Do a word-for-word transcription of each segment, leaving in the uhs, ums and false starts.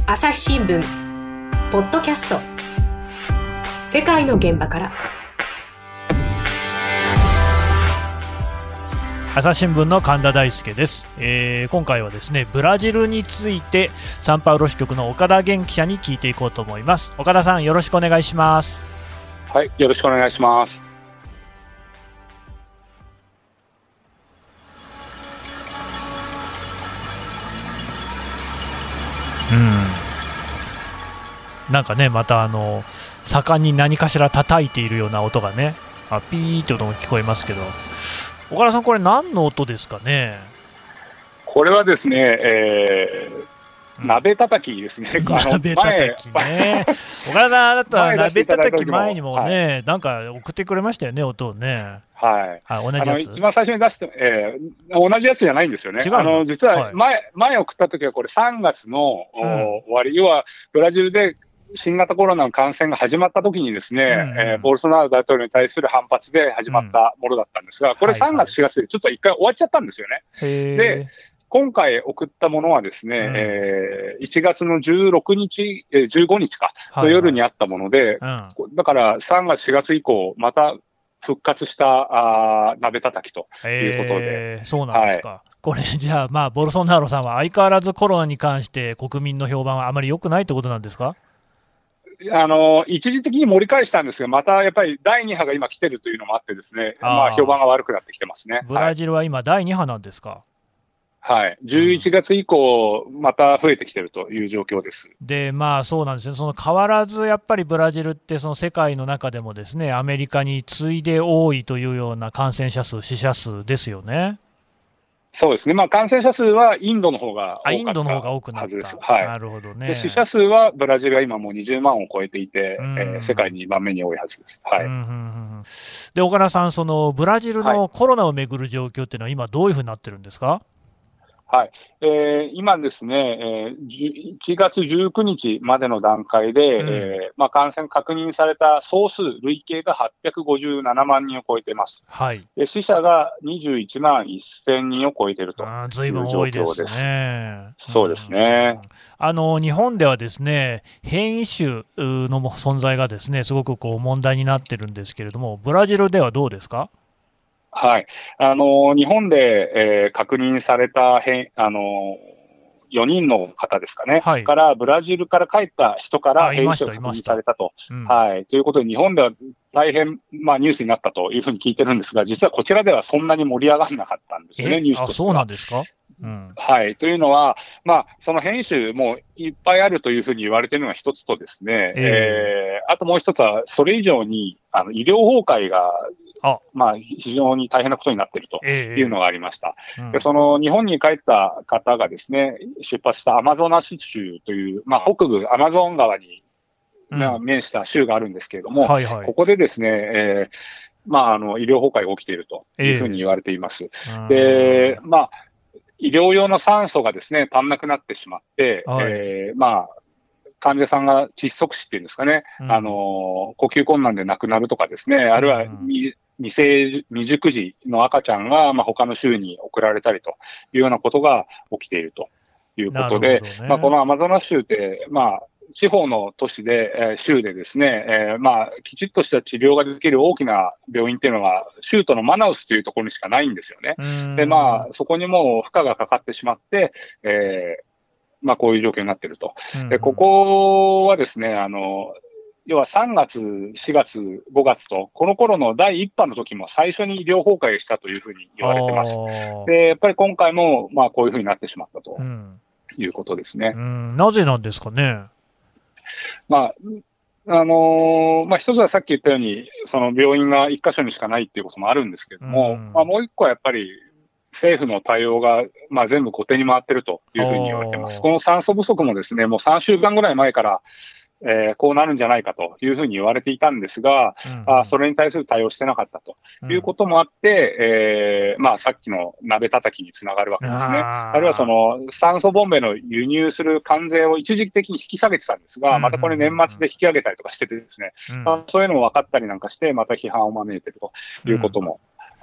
朝日新聞ポッドキャスト、世界の現場から。 朝日新聞の神田大輔です、えー、今回はですねブラジルについてサンパウロ支局の岡田元記者に聞いていこうと思います。岡田さん、よろしくお願いします。 はい、よろしくお願いします。 うん、なんかね、またあの盛んに何かしら叩いているような音がね、あピーって音も聞こえますけど、岡田さん、これ何の音ですかね。 これはですね、えー、鍋叩きですね。 鍋叩きね。岡田さん、だったら鍋叩き前にもね、はい、なんか送ってくれましたよね、音をね。 はい。 あ、同じやつ。 あの一番最初に出して、えー、同じやつじゃないんですよね。 違うの。 あの実は前、はい、前送った時はこれさんがつの、うん、終わり、要はブラジルで新型コロナの感染が始まった時にですね、うんうん、えー、ボルソナロ大統領に対する反発で始まったものだったんですが、これさんがつ、しがつでちょっと一回終わっちゃったんですよね。で、今回送ったものはですね、うん、えー、いちがつのじゅうろくにち、えー、じゅうごにちか、はいはい、の夜にあったもので、うん、だからさんがつ、しがつ以降、また復活したあ鍋叩きということで。 そうなんですか。はい、これじゃあ、まあ、ボルソナロさんは相変わらずコロナに関して国民の評判はあまり良くないということなんですか。 あの一時的に盛り返したんですが、またやっぱりだいに波が今来てるというのもあってですね、あ、まあ、評判が悪くなってきてますね。 ブラジルは今、だいに波なんですか。 はい、じゅういちがつ以降、また増えてきてるという状況です。 で、まあそうなんですね、その変わらずやっぱりブラジルって、その世界の中でもですね、アメリカに次いで多いというような感染者数、死者数ですよね。そうですね、まあ、感染者数はインドの方が多かったはずです。 インドの方が多くなった。 はい、 なるほどね。 で死者数はブラジルが今もうにじゅうまんを超えていて、えー、世界にばんめに多いはずです。はい、うんうんうん、 で岡田さん、そのブラジルのコロナをめぐる状況っていうのは今どういうふうになってるんですか。 はい、えー、今ですね、えー、いちがつじゅうくにちまでの段階で、うんえーまあ、感染確認された総数、累計がはっぴゃくごじゅうななまんにんを超えています。はい、で死者がにじゅういちまんせんにんを超えているという状況です。 ね、 そうですね、 うん、あの日本ではですね、変異種の存在がですね、すごくこう問題になってるんですけれども、ブラジルではどうですか。 はい、あの日本で、えー、確認された変あのよにんの方ですかね、はい、からブラジルから帰った人から変異種が確認されたと、うんはい、ということで、日本では大変、まあ、ニュースになったというふうに聞いてるんですが、実はこちらではそんなに盛り上がらなかったんですよね、ニュースとしては。 あ、そうなんですか。うんはい、というのは、まあ、その変異種もいっぱいあるというふうに言われているのが一つとですね、えーえー、あともう一つは、それ以上にあの医療崩壊があまあ、非常に大変なことになっているというのがありました。えーうん、でその日本に帰った方がですね、出発したアマゾナス州という、まあ、北部アマゾン川に、うん、面した州があるんですけれども、はいはい、ここでですね、えーまあ、あの医療崩壊が起きているというふうに言われています。えー、でまあ、医療用の酸素がですね足んなくなってしまって、はいえーまあ患者さんが窒息死っていうんですかね、うん、あの呼吸困難で亡くなるとかですね、あるいは未成未熟児の赤ちゃんが、まあ、他の州に送られたりというようなことが起きているということで、ねまあ、このアマゾナ州って、まあ、地方の都市で、えー、州でですね、えーまあ、きちっとした治療ができる大きな病院っていうのが、州都のマナウスというところにしかないんですよね。で、まあ、そこにもう負荷がかかってしまって、えーまあ、こういう状況になっていると。で、ここはですね、あの、要はさんがつ、しがつ、ごがつと、この頃のだいいっ波の時も最初に医療崩壊したというふうに言われてます。で、やっぱり今回も、まあ、こういうふうになってしまったということですね。 うん、なぜなんですかね。 まあ、あのー、まあ、一つはさっき言ったように、その病院が一箇所にしかないっていうこともあるんですけれども、うん、まあ、もう一個はやっぱり、政府の対応が、まあ、全部後手に回っているというふうに言われています。この酸素不足もですね、もうさんしゅうかんぐらい前から、えー、こうなるんじゃないかというふうに言われていたんですが、うんうん、あそれに対する対応してなかったということもあって、うんえーまあ、さっきの鍋叩きにつながるわけですね。あ, あるいはその酸素ボンベの輸入する関税を一時的に引き下げてたんですが、またこれ年末で引き上げたりとかしててですね、うんまあ、そういうのも分かったりなんかして、また批判を招いているということも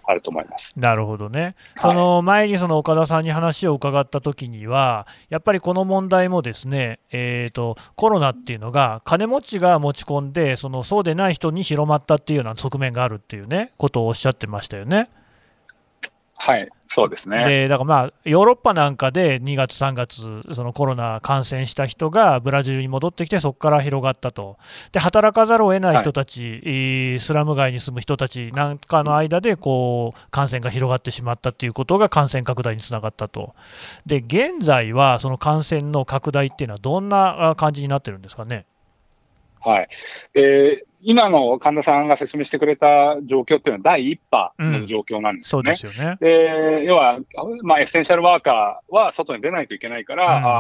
あると思います。 なるほどね。その前にその岡田さんに話を伺ったときには、やっぱりこの問題もですね、えーと、コロナっていうのが、金持ちが持ち込んで、そのそうでない人に広まったっていうような側面があるっていうね、ことをおっしゃってましたよね。 はい、そうですね。 で、だからまあ、ヨーロッパなんかでにがつ、さんがつ、そのコロナ感染した人がブラジルに戻ってきて、そこから広がったと。で、働かざるを得ない人たち、はい、スラム街に住む人たちなんかの間で、こう、感染が広がってしまったということが感染拡大につながったと。で、現在は、その感染の拡大っていうのは、どんな感じになってるんですかね。 はい。えー今の神田さんが説明してくれた状況っていうのは第一波の状況なんですよね。うん、そうですよね。で、要は、まあ、エッセンシャルワーカーは外に出ないといけないから、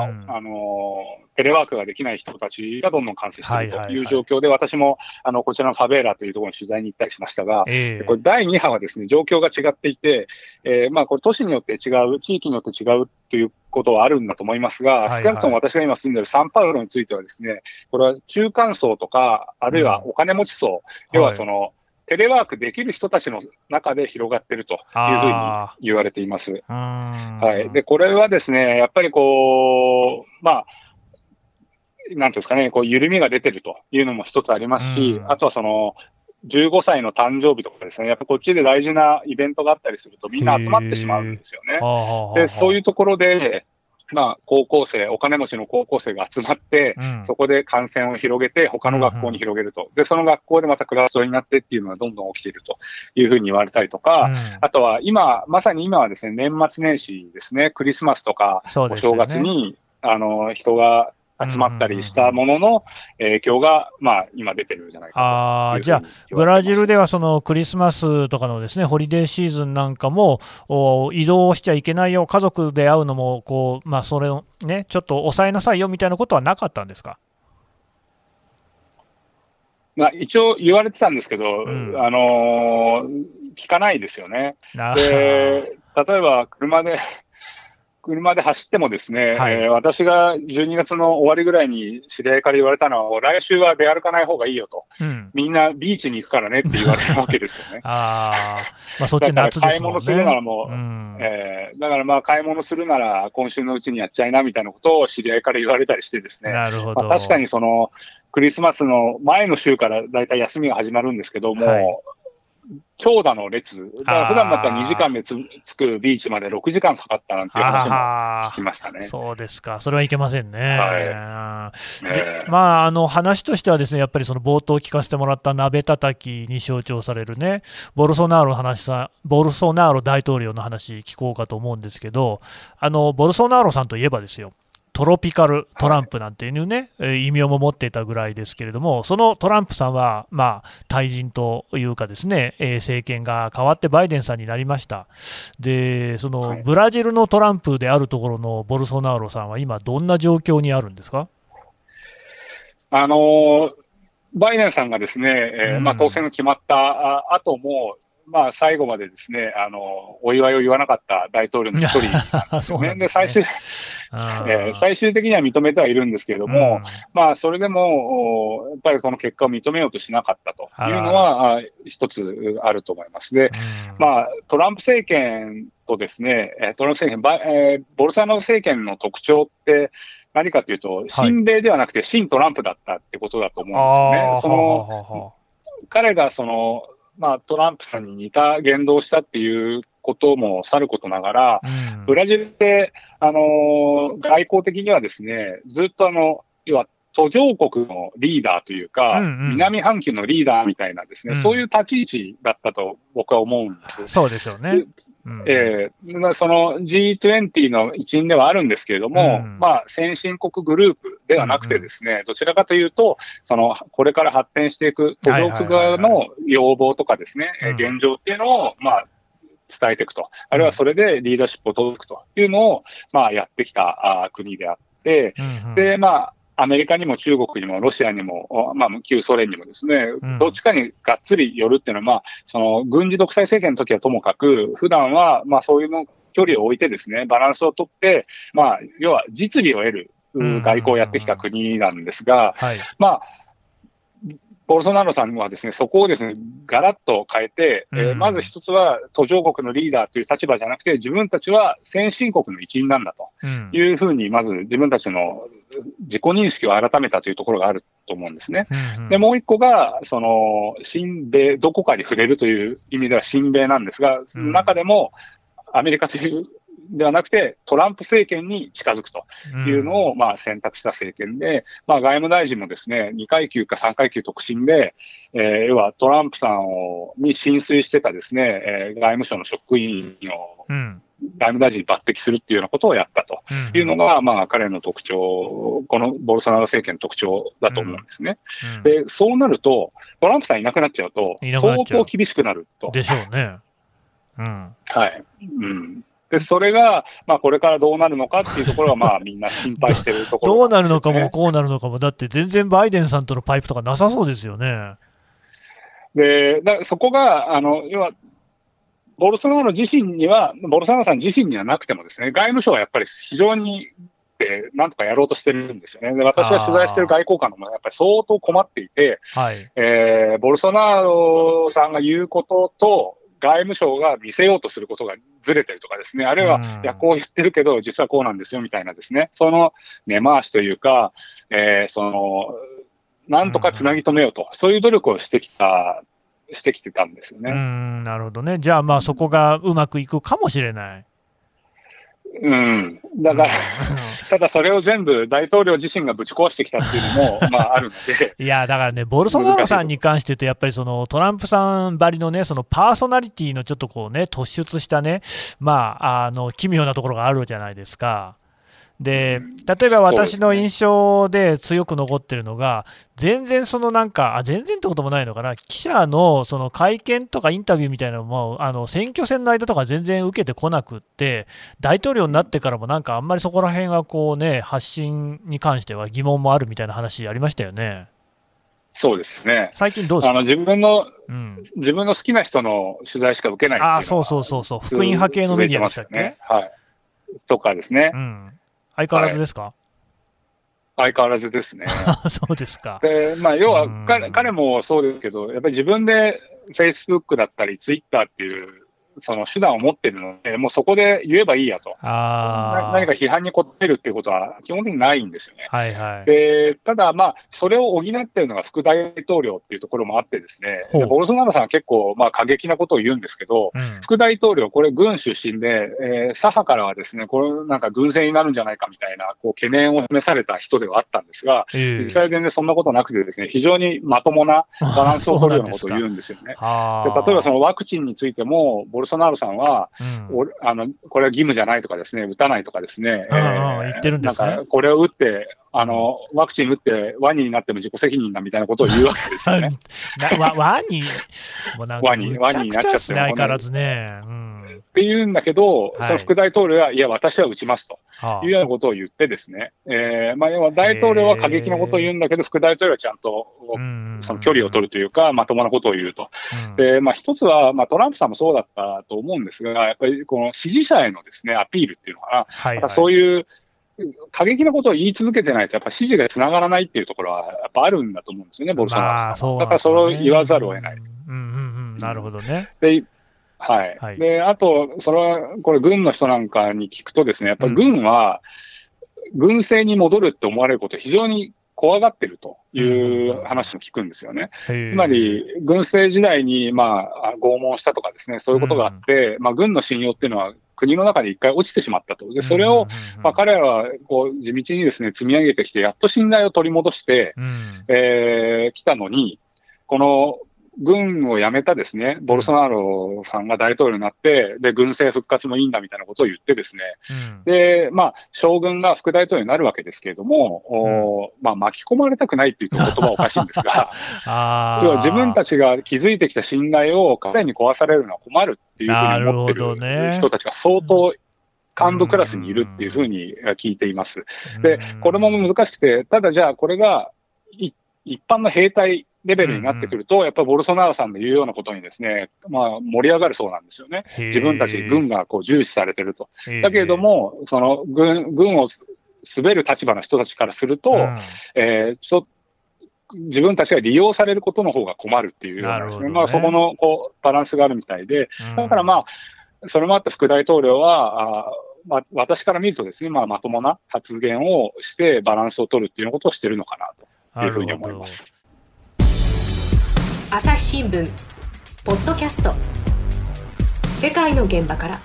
うんうん、あ、あの、テレワークができない人たちがどんどん感染しているという状況で、はいはいはい、私も、あの、こちらのファベーラというところに取材に行ったりしましたが、えー、これ第二波はですね、状況が違っていて、えー、まあ、これ都市によって違う、地域によって違うということはあるんだと思いますが、はいはい、少なくとも私が今住んでいるサンパウロについてはですね、これは中間層とか、あるいはお金持ち層、うん、要はその、はい、テレワークできる人たちの中で広がっているというふうに言われています。はい。で、これはですね、やっぱりこう、まあ、なんていうんですかね、こう、緩みが出てるというのも一つありますし、あとはその、じゅうごさいの誕生日とかですね、やっぱこっちで大事なイベントがあったりするとみんな集まってしまうんですよね。で、そういうところで、まあ、高校生、お金持ちの高校生が集まって、うん、そこで感染を広げて、他の学校に広げると、うんうん。で、その学校でまたクラスターになってっていうのがどんどん起きているというふうに言われたりとか、うん、あとは今、まさに今はですね、年末年始ですね、クリスマスとか、お正月に、あの、人が集まったりしたものの影響が、まあ、今出てるんじゃないかというふうに言われてます。あ、じゃあ、 ブラジルではそのクリスマスとかのですね、ホリデーシーズンなんかも、移動しちゃいけないよ、家族で会うのも、こう、まあ、それをね、ちょっと抑えなさいよみたいなことはなかったんですか？ まあ、一応言われてたんですけど、うん、あのー、聞かないですよね。で、例えば車で、車で走ってもですね、はい、えー、私がじゅうにがつの終わりぐらいに知り合いから言われたのは、来週は出歩かない方がいいよと、うん、みんなビーチに行くからねって言われるわけですよね。 あ、まあ、そっち夏ですもんね。 買い物するならもう、うん、えー、だからまあ買い物するなら今週のうちにやっちゃいなみたいなことを知り合いから言われたりしてですね、 なるほど。 まあ、確かにそのクリスマスの前の週からだいたい休みが始まるんですけども、はい、長蛇の列、だから普段だったらにじかんでつ着くビーチまでろくじかんかかったなんていう話も聞きましたね。 そうですか、それはいけませんね。はい、で、まあ、あの話としてはですね、やっぱりその冒頭聞かせてもらった鍋叩きに象徴されるね、ボルソナーロの話さ、ボルソナーロ大統領の話聞こうかと思うんですけど、あのボルソナーロさんといえばですよ、トロピカルトランプなんていうね、はい、異名も持っていたぐらいですけれども、そのトランプさんは、まあ、退陣というかですね、政権が変わってバイデンさんになりました。で、そのブラジルのトランプであるところのボルソナーロさんは今どんな状況にあるんですか？ あのバイデンさんがですね、えーまあ、当選が決まった後も、まあ、最後までですね、あの、お祝いを言わなかった大統領の一人なんですよね。で、最終、えー、最終的には認めてはいるんですけれども、うん、まあ、それでも、やっぱりこの結果を認めようとしなかったというのは、一つあると思います。で、うん、まあ、トランプ政権とですね、トランプ政権、えー、ボルソナロ政権の特徴って何かというと、親米ではなくて親トランプだったってことだと思うんですよね。その、彼がその、まあ、トランプさんに似た言動をしたっていうこともさることながら、うん、ブラジルって、あのー、外交的にはですね、ずっとあの、要は途上国のリーダーというか、うんうん、南半球のリーダーみたいなですね、うん、そういう立ち位置だったと僕は思うんです。 そうでしょうね。 うん、えー、その ジーにじゅう の一員ではあるんですけれども、うん、まあ、先進国グループではなくてですね、うんうん、どちらかというと、その、これから発展していく途上国側の要望とかですね、はいはいはいはい、現状っていうのを、まあ、伝えていくと、あるいはそれでリーダーシップを取っていくというのを、まあ、やってきた国であって、うんうん、で、まあ、アメリカにも中国にもロシアにも、まあ、旧ソ連にもですね、うん、どっちかにがっつり寄るっていうのは、まあ、その軍事独裁政権の時はともかく、普段は、まあ、そういうの距離を置いてですね、バランスを取って、まあ、要は実利を得る外交をやってきた国なんですが、はい、まあ、 ボルソナロさんはですね、そこをですね、ガラッと変えて、うん、えー、まず一つは途上国のリーダーという立場じゃなくて、自分たちは先進国の一員なんだというふうに、まず自分たちの自己認識を改めたというところがあると思うんですね。うんうん、で、もう一個が、その、親米、どこかに触れるという意味では親米なんですが、うん、中でもアメリカというではなくて、トランプ政権に近づくというのを、まあ、選択した政権で、まあ、外務大臣もですね、にかい級かさんかい級特進で、えー、要はトランプさんをに浸水してたですね、えー、外務省の職員を、うん外務大臣に抜擢するっていうようなことをやったというのが、うん、まあ、彼の特徴、このボルソナロ政権の特徴だと思うんですね。うんうん、で、そうなると、トランプさんいなくなっちゃうと、相当厳しくなると。 でしょうね。うん。 はい。うん。で、それが、まあ、これからどうなるのかっていうところが、まあ、みんな心配してるところ、ね、 どうなるのかも、こうなるのかも、だって全然バイデンさんとのパイプとかなさそうですよね。 で、だそこが、あの、要は、ボルソナロ自身には、ボルソナロさん自身にはなくてもですね、外務省はやっぱり非常に、えー、なんとかやろうとしてるんですよね。で、私が取材している外交官のもやっぱり相当困っていて、はい、えー、ボルソナロさんが言うことと、外務省が見せようとすることがずれてるとかですね、あるいは、いや、こう言ってるけど、実はこうなんですよみたいなですね、その根回しというか、えー、その、なんとかつなぎ止めようと、そういう努力をしてきた、してきてたんですよね。 うん、なるほどね。じゃあ、まあ、そこがうまくいくかもしれない。 うん。だから、うん、ただそれを全部大統領自身がぶち壊してきたっていうのも、まあ、あるので。 いや、だからね、ボルソナロさんに関して言うと、やっぱりそのトランプさんばりのね、そのパーソナリティのちょっとこうね、突出したね、まあ、あの、奇妙なところがあるじゃないですか。で、例えば私の印象で強く残ってるのが、全然そのなんか、あ、全然ってこともないのかな、記者のその会見とかインタビューみたいなのも、あの選挙戦の間とか全然受けてこなくって、大統領になってからもなんかあんまりそこら辺がこうね、発信に関しては疑問もあるみたいな話ありましたよね。 そうですね。 最近どうですか？ あの自分の、うん、自分の好きな人の取材しか受けないっていうのは、 あ、そうそうそうそう、福音派系のメディアでしたっけ？ ね、はい。とかですね。 うん、相変わらずですか？はい、 相変わらずですね。 そうですか。 で、まあ、要は彼、彼もそうですけど、やっぱり自分で Facebook だったり Twitter っていう、その手段を持ってるので、もうそこで言えばいいやと。 あ何か批判に応えるっていうことは基本的にないんですよね。 はいはい。 で、ただまあ、それを補ってるのが副大統領っていうところもあってですね、でボルソナロさんは結構まあ過激なことを言うんですけど、うん、副大統領、これ軍出身で、えー、左派からはですね、これなんか軍政になるんじゃないかみたいなこう懸念を示された人ではあったんですが、えー、実際全然そんなことなくてですね、非常にまともなバランスを取るようなことを言うんですよね。で例えばそのワクチンについても、ボルソナロさんは、うん、あのこれは義務じゃないとかですね、打たないとかですね、 えー、言ってるんですね。 なんかこれを打ってあの、ワクチン打ってワニになっても自己責任だみたいなことを言うわけですよね。 ワワニもうなんかワニ、ワニになっちゃっても相変わらずね。うん、 って言うんだけど、はい、その副大統領は、いや、私は打ちますというようなことを言ってですね、えーまあ、要は大統領は過激なことを言うんだけど、副大統領はちゃんとその距離を取るというか、まともなことを言うと。うん、で、まあ、一つは、まあ、トランプさんもそうだったと思うんですが、やっぱりこの支持者へのですね、アピールっていうのかな、はいはい、そういう過激なことを言い続けてないと、やっぱ支持がつながらないっていうところは、やっぱあるんだと思うんですよね、ボルソナロさんは。だからそれを言わざるを得ない。 うんうんうん、なるほどね。 ではい。はい、で、あと、それは、これ、軍の人なんかに聞くとですね、やっぱり軍は、軍政に戻るって思われることを非常に怖がってるという話も聞くんですよね。つまり、軍政時代に、まあ、拷問したとかですね、そういうことがあって、まあ、軍の信用っていうのは、国の中で一回落ちてしまったと。で、それを、まあ、彼らは、こう、地道にですね、積み上げてきて、やっと信頼を取り戻して、えー、来たのに、この、軍を辞めたですね、ボルソナロさんが大統領になって、で、軍政復活もいいんだみたいなことを言ってですね、うん、で、まあ、将軍が副大統領になるわけですけれども、うん、おまあ、巻き込まれたくないっていうと言葉はおかしいんですが、要は自分たちが築いてきた信頼を彼に壊されるのは困るっていうふうに思ってる人たちが相当、幹部クラスにいるっていうふうに聞いています。で、これも難しくて、ただじゃあこれが一般の兵隊レベルになってくると、うんうん、やっぱりボルソナロさんの言うようなことにですね、まあ、盛り上がるそうなんですよね。自分たち軍がこう重視されてると。だけれども、その軍、軍を滑る立場の人たちからすると、うん、えー、ちょ自分たちが利用されることの方が困るっていうようなですね、ねまあ、そこのこうバランスがあるみたいで、だからまあ、それもあって副大統領は、あまあ、私から見るとですね、まあ、まともな発言をしてバランスを取るっていうことをしているのかなというふうに思います。 朝日新聞ポッドキャスト世界の現場から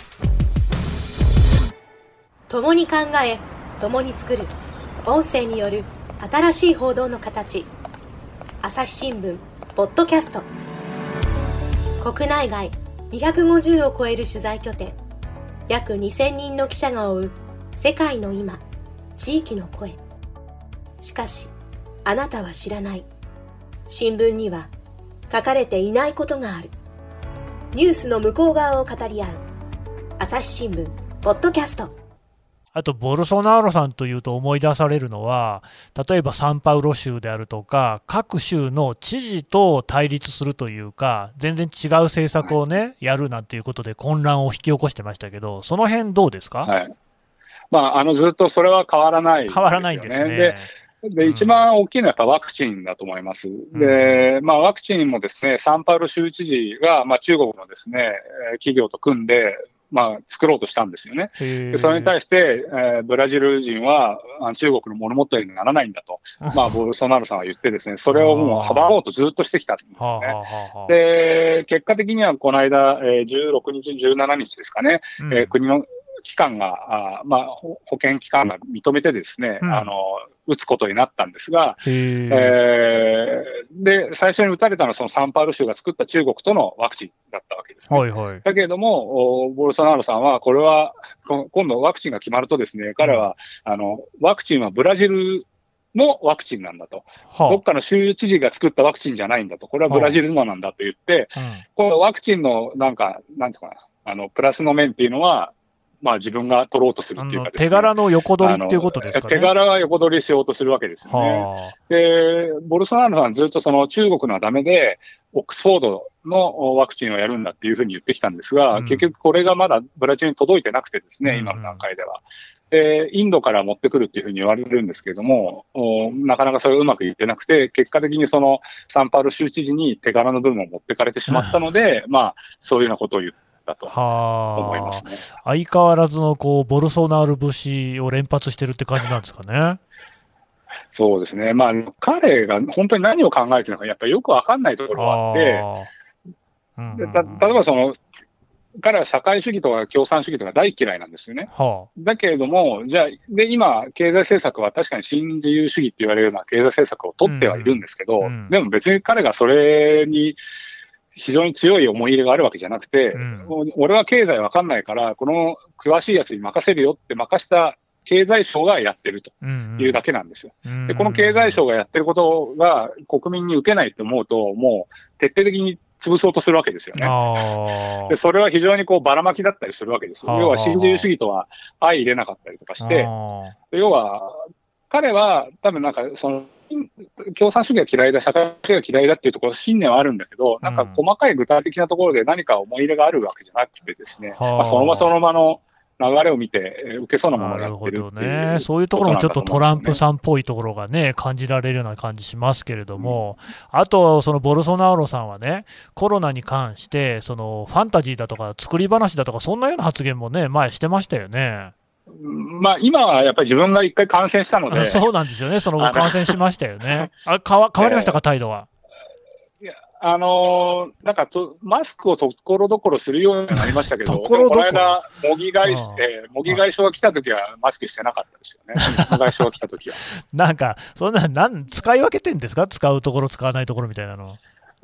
共に考え共に作る音声による新しい報道の形朝日新聞ポッドキャスト国内外にひゃくごじゅうを超える取材拠点約にせんにんの記者が追う世界の今地域の声しかしあなたは知らない新聞には書かれていないことがあるニュースの向こう側を語り合う朝日新聞ポッドキャストあとボルソナロさんというと思い出されるのは例えばサンパウロ州であるとか各州の知事と対立するというか全然違う政策をねやるなんていうことで混乱を引き起こしてましたけどその辺どうですか？ はいまあ、あのずっとそれは変わらないですよね。 変わらないんですね。 でで一番大きいのはやっぱワクチンだと思います。で、まあ、ワクチンもですね、サンパウロ州知事が、まあ、中国のですね、企業と組んで、まあ、作ろうとしたんですよね。でそれに対して、えー、ブラジル人は中国の物元にならないんだと、まあ、ボルソナロさんは言ってですね、それをもう阻もうとずっとしてきたんですよね。で、結果的にはこの間、えー、じゅうろくにち、じゅうしちにちですかね、うんえー、国の機関が、あまあ、保健機関が認めてですね、うん、あの、打つことになったんですが、えー、で、最初に打たれたのはそのサンパウロ州が作った中国とのワクチンだったわけですね。はいはい、だけれども、ボルソナロさんは、これは、今度ワクチンが決まるとですね、彼は、うん、あの、ワクチンはブラジルのワクチンなんだと、はあ。どっかの州知事が作ったワクチンじゃないんだと。これはブラジルのなんだと言って、はあうん、このワクチンのなんか、なんていうかな、あの、プラスの面っていうのは、まあ自分が取ろうとするっていうかですね。 手柄の横取りっていうことですかね。 手柄は横取りしようとするわけですよね。はあ、で、ボルソナロさんずっとその中国のはダメで、オックスフォードのワクチンをやるんだっていうふうに言ってきたんですが、うん、結局これがまだブラジルに届いてなくてですね、今の段階では。で、インドから持ってくるっていうふうに言われるんですけれども、なかなかそれがうまくいってなくて、結果的にそのサンパウロ州知事に手柄の部分を持ってかれてしまったので、まあ、そういうようなことを言って、と思いますね。 相変わらずのこうボルソナロ節を連発してるって感じなんですかね。 そうですね、まあ、彼が本当に何を考えてるのか、やっぱりよく分かんないところがあって、うんうんうん、でた例えばその、彼は社会主義とか共産主義とか大嫌いなんですよね。はあ、だけれども、じゃあ、で今、経済政策は確かに新自由主義って言われるような経済政策を取ってはいるんですけど、うんうん、でも別に彼がそれに、非常に強い思い入れがあるわけじゃなくて、うん、俺は経済わかんないから、この詳しいやつに任せるよって任した経済省がやってるというだけなんですよ。うんうん、で、この経済省がやってることが国民に受けないと思うと、もう徹底的に潰そうとするわけですよね。で、それは非常にこうばらまきだったりするわけですよ。要は新自由主義とは相入れなかったりとかして、要は彼は多分なんかその、共産主義が嫌いだ、社会主義が嫌いだっていうところ、信念はあるんだけど、なんか細かい具体的なところで何か思い入れがあるわけじゃなくてですね、うんまあ、その場その場の流れを見て、受けそうなものをやってるっていう、 ね、そういうところもちょっとトランプさんっぽいところがね、感じられるような感じしますけれども、うん、あと、そのボルソナロさんはね、コロナに関して、そのファンタジーだとか、作り話だとか、そんなような発言もね、前してましたよね。 まあ、今はやっぱり自分が一回感染したので、 そうなんですよね、その後、感染しましたよね。あれ変わ、変わりましたか、えー、態度は。 いや、あのー、なんかと、マスクをところどころするようになりましたけど、この間、茂木外相、えー、茂木外相が来たときは、マスクしてなかったですよね、外相が来たときは。 なんか、そんな、なん、使い分けてんですか、使うところ、使わないところみたいなの。 うん、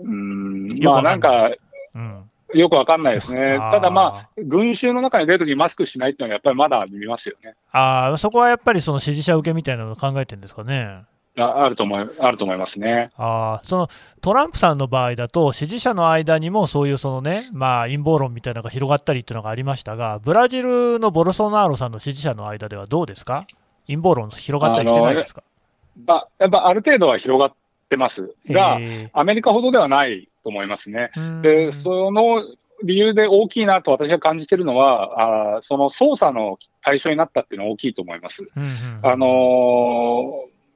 まあ、なんか、うんよくわかんないですね。ただまあ、群衆の中に出るときにマスクしないっていうのはやっぱりまだ見ますよね。 ああ、そこはやっぱりその支持者受けみたいなのを考えてるんですかね。 あ, あると思い、あると思いますね。 あそのトランプさんの場合だと、支持者の間にもそういうそのね、まあ、陰謀論みたいなのが広がったりっていうのがありましたが、ブラジルのボルソナロさんの支持者の間ではどうですか、陰謀論広がったりしてないですか。 あやっぱある程度は広がってますが、アメリカほどではないと思いますね。でその理由で大きいなと私が感じているのは、あその捜査の対象になったっていうのは大きいと思います。うんうん、あのー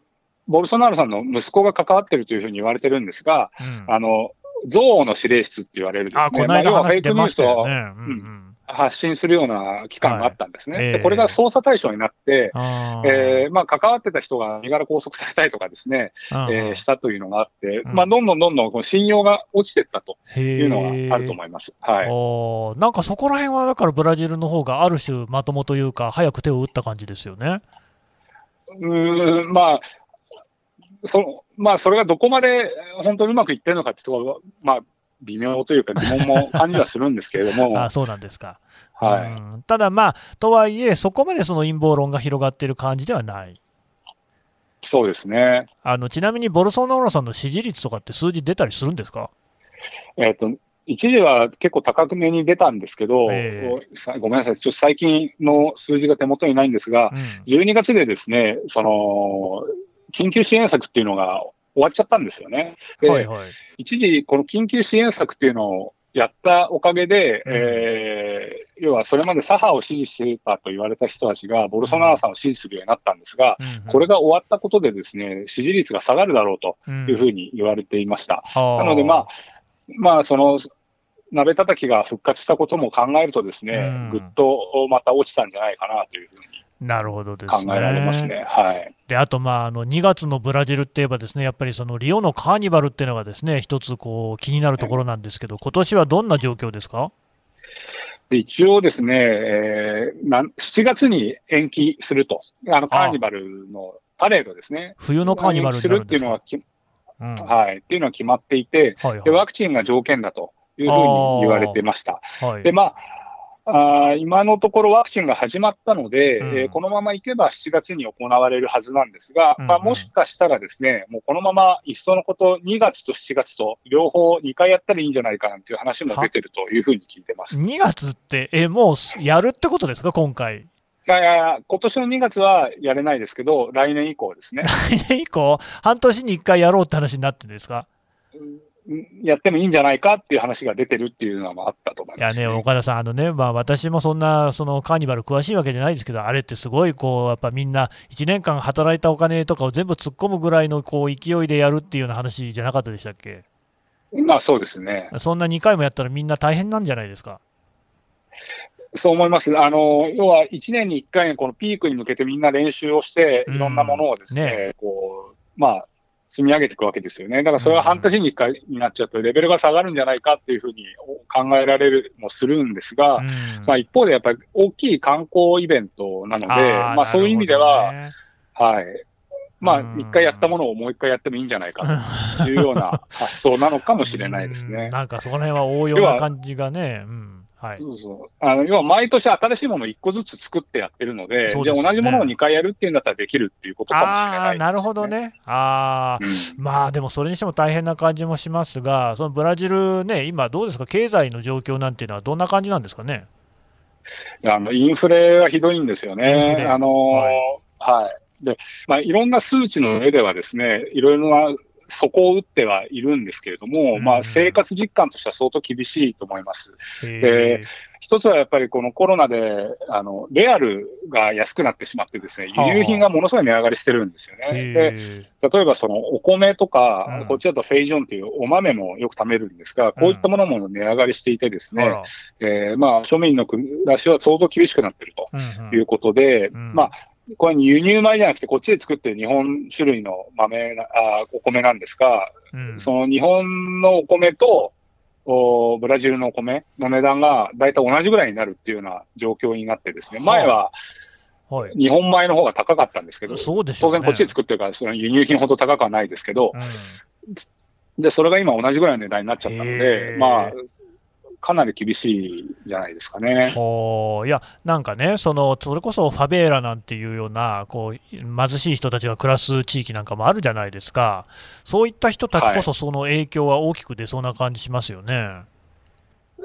ボルソナーロさんの息子が関わっているというふうに言われてるんですが、うん、あの憎悪の指令室って言われるですね、 あ、この間話出ましたよね。うんうん発信するような機関があったんですね。はい、でこれが捜査対象になって、えーまあ、関わってた人が身柄拘束されたりとかですね、えー、したというのがあって、うんまあ、どんどんどんどんこの信用が落ちていったというのがあると思います。はい、 おなんかそこら辺はだからブラジルの方がある種まともというか早く手を打った感じですよね。 うーんまあそまあ、それがどこまで本当にうまくいってるのかっていうところは、まあ微妙というか疑問も感じはするんですけれどもあそうなんですか、 はい、 うんただ、まあ、とはいえ、そこまでその陰謀論が広がっている感じではない。 そうですね。 あのちなみに、ボルソナロさんの支持率とかって数字出たりするんですか？ えっと一時は結構高めに出たんですけど、えー、ごめんなさい、ちょっと最近の数字が手元にないんですが、うん、じゅうにがつでですね、その緊急支援策っていうのが終わっちゃったんですよね。で、はいはい、一時、この緊急支援策っていうのをやったおかげで、うんえー、要はそれまで左派を支持していたと言われた人たちが、ボルソナロさんを支持するようになったんですが、うん、これが終わったことでですね、支持率が下がるだろうというふうに言われていました。うん、なので、まあ、まあ、その、鍋叩きが復活したことも考えるとですね、うん、ぐっとまた落ちたんじゃないかなというふうに。 なるほどですね。 考えられますね。はい。 で、あと、まあ、あのにがつのブラジルって言えばですね、やっぱりそのリオのカーニバルっていうのがですね、一つこう気になるところなんですけど、今年はどんな状況ですか？ で一応ですね、えー、なしちがつに延期すると、あのカーニバルのパレードですね。 冬のカーニバルになるんですか？ 延期するっていうのは、うん、はい、っていうのは決まっていて、はいはい、で、ワクチンが条件だというふうに言われてました。はい、で、まああ今のところワクチンが始まったので、うんえー、このままいけばしちがつに行われるはずなんですが、うんうんまあ、もしかしたらですね、もうこのままいっそのことにがつとしちがつと両方にかいやったらいいんじゃないかなんていう話も出てるというふうに聞いてます。 にがつって、え、もうやるってことですか、今回。 いやいや、今年のにがつはやれないですけど、来年以降ですね。 来年以降、半年にいっかいやろうって話になってるんですか？ うんやってもいいんじゃないかっていう話が出てるっていうのもあったと思います、ね、 いやね、岡田さん、あのねまあ、私もそんなそのカーニバル詳しいわけじゃないですけど、あれってすごいこうやっぱみんないちねんかん働いたお金とかを全部突っ込むぐらいのこう勢いでやるっていうような話じゃなかったでしたっけ？ まあそうですね。 そんなにかいもやったらみんな大変なんじゃないですか？ そう思います。あの要はいちねんにいっかいのこのピークに向けてみんな練習をして、いろんなものをですね、ねこうまあ積み上げていくわけですよね。だからそれは半年にいっかいになっちゃうとレベルが下がるんじゃないかっていうふうに考えられるもするんですが、うん、まあ一方でやっぱり大きい観光イベントなので、あまあそういう意味では、ね、はい。まあ一回やったものをもう一回やってもいいんじゃないかというような発想なのかもしれないですね。 なんかそこら辺は応用な感じがね。うんはい、 そうそうあの要は毎年新しいものをいっこずつ作ってやってるので、でね、じゃあ同じものをにかいやるっていうんだったらできるっていうことかもしれないですね。 あなるほどね。あ、うん、まあでもそれにしても大変な感じもしますが、そのブラジルね、今どうですか、経済の状況なんていうのはどんな感じなんですかね。 いやあのインフレがひどいんですよね。あのはい、はい、でまあ、いろんな数値の上ではですね、いろいろな底を打ってはいるんですけれども、うんまあ、生活実感としては相当厳しいと思います。で一つはやっぱりこのコロナであのレアルが安くなってしまってですね、輸入品がものすごい値上がりしてるんですよね。で例えばそのお米とか、うん、こっちだとフェイジョンというお豆もよく食べるんですが、こういったものも値上がりしていてですね、うんえーまあ、庶民の暮らしは相当厳しくなっているということで、うんうんまあこれ輸入米じゃなくて、こっちで作ってる日本種類の豆なあお米なんですが、うん、その日本のお米とおブラジルのお米の値段が大体同じぐらいになるっていうような状況になってですね、前は日本米の方が高かったんですけど、 そうでしょうね、 当然こっちで作ってるから、その輸入品ほど高くはないですけど、うん、でそれが今同じぐらいの値段になっちゃったので、まあ、かなり厳しいんじゃないですかね。 おいやなんかねその、それこそファベーラなんていうようなこう貧しい人たちが暮らす地域なんかもあるじゃないですか、そういった人たちこそ、その影響は大きく出そうな感じしますよね。はい、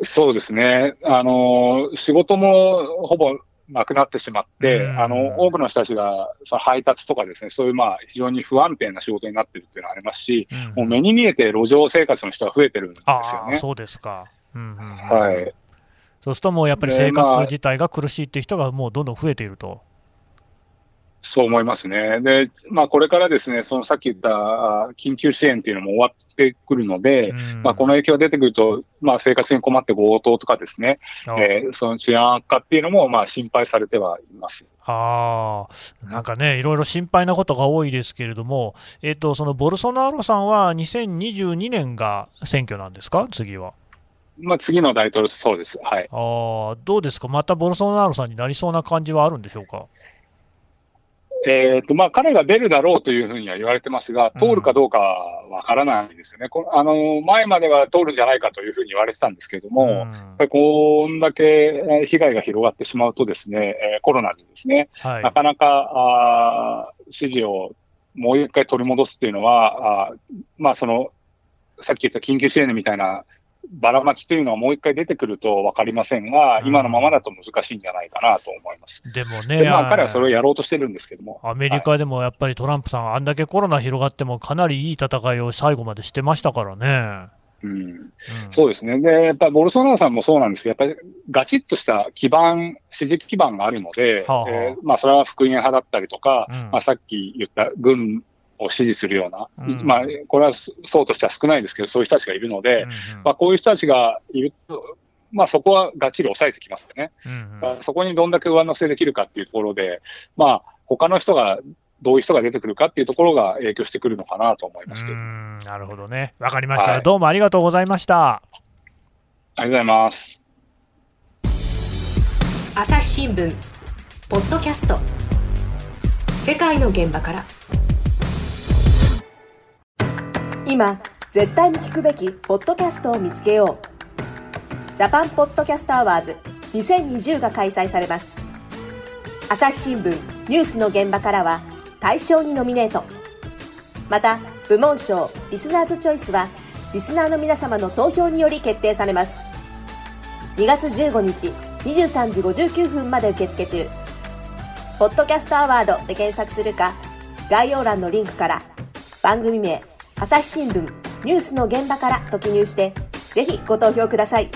そうですね、あの仕事もほぼなくなってしまって、あの多くの人たちがその配達とかですね、そういうまあ非常に不安定な仕事になっているというのはありますし、うん、もう目に見えて路上生活の人が増えてるんですよね。 あそうですか。うんうんうん、 はい、 そうするともうやっぱり生活自体が苦しいっていう人がもうどんどん増えていると。 そう思いますね。で、まあ、これからですね、そのさっき言った緊急支援っていうのも終わってくるので、うん、まあ、この影響が出てくると、まあ、生活に困って強盗とかですね、えー、その治安悪化っていうのもまあ心配されてはいます。 あなんかね、いろいろ心配なことが多いですけれども、えーと、そのボルソナロさんはにせんにじゅうにねんが選挙なんですか、次は。 まあ、次の大統領、そうです。はい。 あどうですか、またボルソナロさんになりそうな感じはあるんでしょうか。 えーとまあ、彼が出るだろうというふうには言われてますが、通るかどうかはわからないですよね、うん、こあの前までは通るんじゃないかというふうに言われてたんですけれども、うん、やっぱりこんだけ被害が広がってしまうと、ですねコロナでですね、はい、なかなかあ支持をもう一回取り戻すっていうのは、あ、まあ、そのさっき言った緊急支援みたいなばらまきというのはもう一回出てくると分かりませんが、今のままだと難しいんじゃないかなと思います。 でもね、 でまあ、彼はそれをやろうとしてるんですけども、 アメリカでもやっぱりトランプさん、はい、あんだけコロナ広がっても、かなりいい戦いを最後までしてましたからね。 うんうん、そうですね。で、やっぱりボルソナロさんもそうなんですけど、やっぱりガチッとした基盤、支持基盤があるので、はあはあえーまあ、それは福音派だったりとか、うんまあ、さっき言った軍を支持するような、うん、まあ、これは層としては少ないですけど、そういう人たちがいるので、うんうんまあ、こういう人たちがいると、まあ、そこはがっちり抑えてきますよね、うんうん。そこにどんだけ上乗せできるかっていうところで、まあ、他の人が、どういう人が出てくるかっていうところが影響してくるのかなと思いますけど。 うんなるほどね。わかりました、はい。どうもありがとうございました。 ありがとうございます。 朝日新聞ポッドキャスト、世界の現場から。今絶対に聞くべきポッドキャストを見つけよう。ジャパンポッドキャストアワーズにせんにじゅうが開催されます。朝日新聞ニュースの現場からは大賞にノミネート。また部門賞リスナーズチョイスはリスナーの皆様の投票により決定されます。にがつじゅうごにちにじゅうさんじごじゅうきゅうふんまで受付中。ポッドキャストアワードで検索するか、概要欄のリンクから番組名朝日新聞ニュースの現場からと記入して、ぜひご投票ください。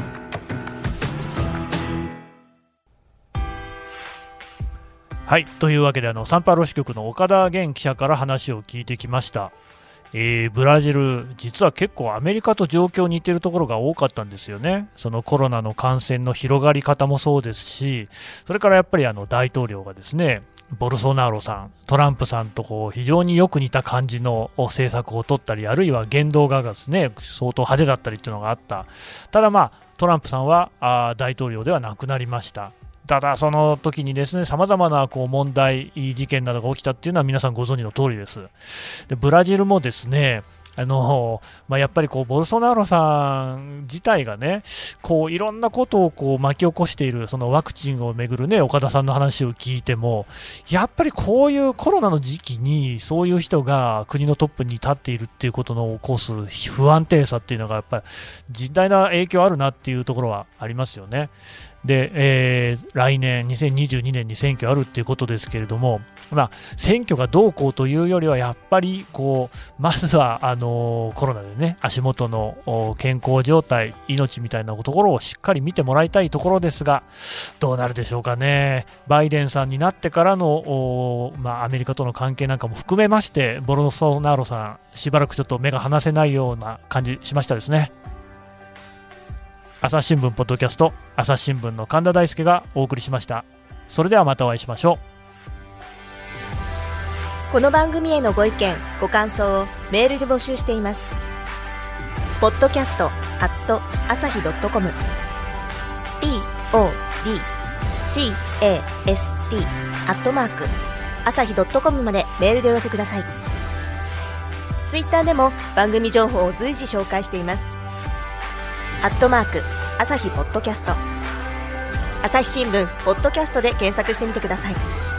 はい、というわけであのサンパウロ支局の岡田源記者から話を聞いてきました。えー、ブラジル、実は結構アメリカと状況に似てるところが多かったんですよね。そのコロナの感染の広がり方もそうですし、それからやっぱりあの大統領がですね、ボルソナロさん、トランプさんとこう非常によく似た感じの政策を取ったり、あるいは言動がですね、相当派手だったりっていうのがあった。ただまあトランプさんはあ大統領ではなくなりました。ただその時にですね、様々なこう問題事件などが起きたっていうのは皆さんご存知の通りです。でブラジルもですね、あのまあ、やっぱりこうボルソナロさん自体がね、こういろんなことをこう巻き起こしている、そのワクチンをめぐるね、岡田さんの話を聞いても、やっぱりこういうコロナの時期にそういう人が国のトップに立っているっていうことの起こす不安定さっていうのがやっぱり甚大な影響あるなっていうところはありますよね。で、えー、来年にせんにじゅうにねんに選挙あるっていうことですけれども、まあ、選挙がどうこうというよりはやっぱりこうまずはあのー、コロナでね、足元の健康状態、命みたいなところをしっかり見てもらいたいところですが、どうなるでしょうかね。バイデンさんになってからの、まあ、アメリカとの関係なんかも含めまして、ボルソナロさんしばらくちょっと目が離せないような感じしましたですね。朝日新聞ポッドキャスト、朝日新聞の神田大輔がお送りしました。それではまたお会いしましょう。 この番組へのご意見ご感想をメールで募集しています。ポッドキャストアット朝日ドットコム ポッドキャストアットマーク朝日ドットコムまでメールでお寄せください。ツイッターでも番組情報を随時紹介しています。アットマーク朝日ポッドキャスト、朝日新聞ポッドキャストで検索してみてください。